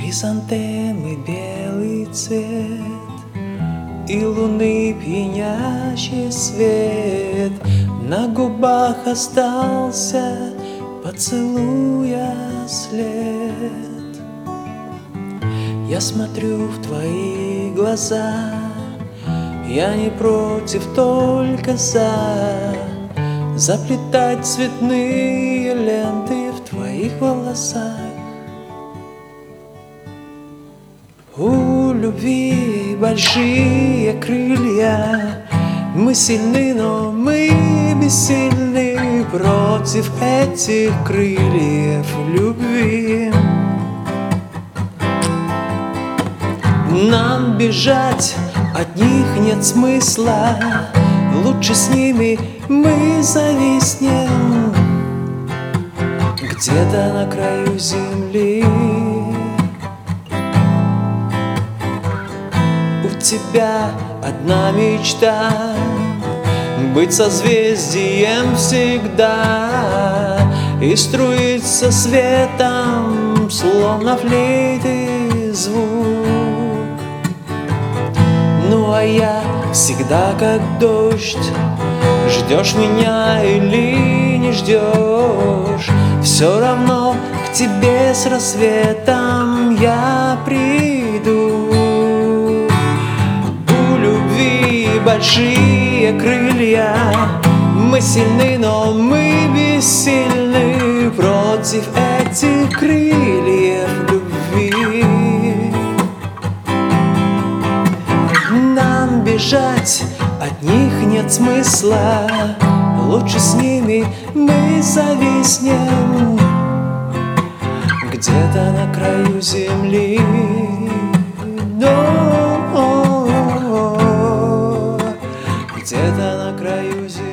Хризантемы белый цвет и луны пьянящий свет. На губах остался поцелуя след. Я смотрю в твои глаза, я не против, только за. Заплетать цветные ленты в твоих волосах. У любви большие крылья, мы сильны, но мы бессильны против этих крыльев любви. Нам бежать, от них нет смысла, лучше с ними мы зависнем где-то на краю земли. У тебя одна мечта — быть созвездием всегда и струиться светом, словно флейты звук. Ну а я всегда как дождь, ждешь меня или не ждешь, все равно к тебе с рассветом я приду. У любви большие крылья, мы сильны, но мы бессильны против этих крыльев любви. Нам бежать, от них нет смысла, лучше с ними мы зависнем где-то на краю земли. Где-то на краю земли.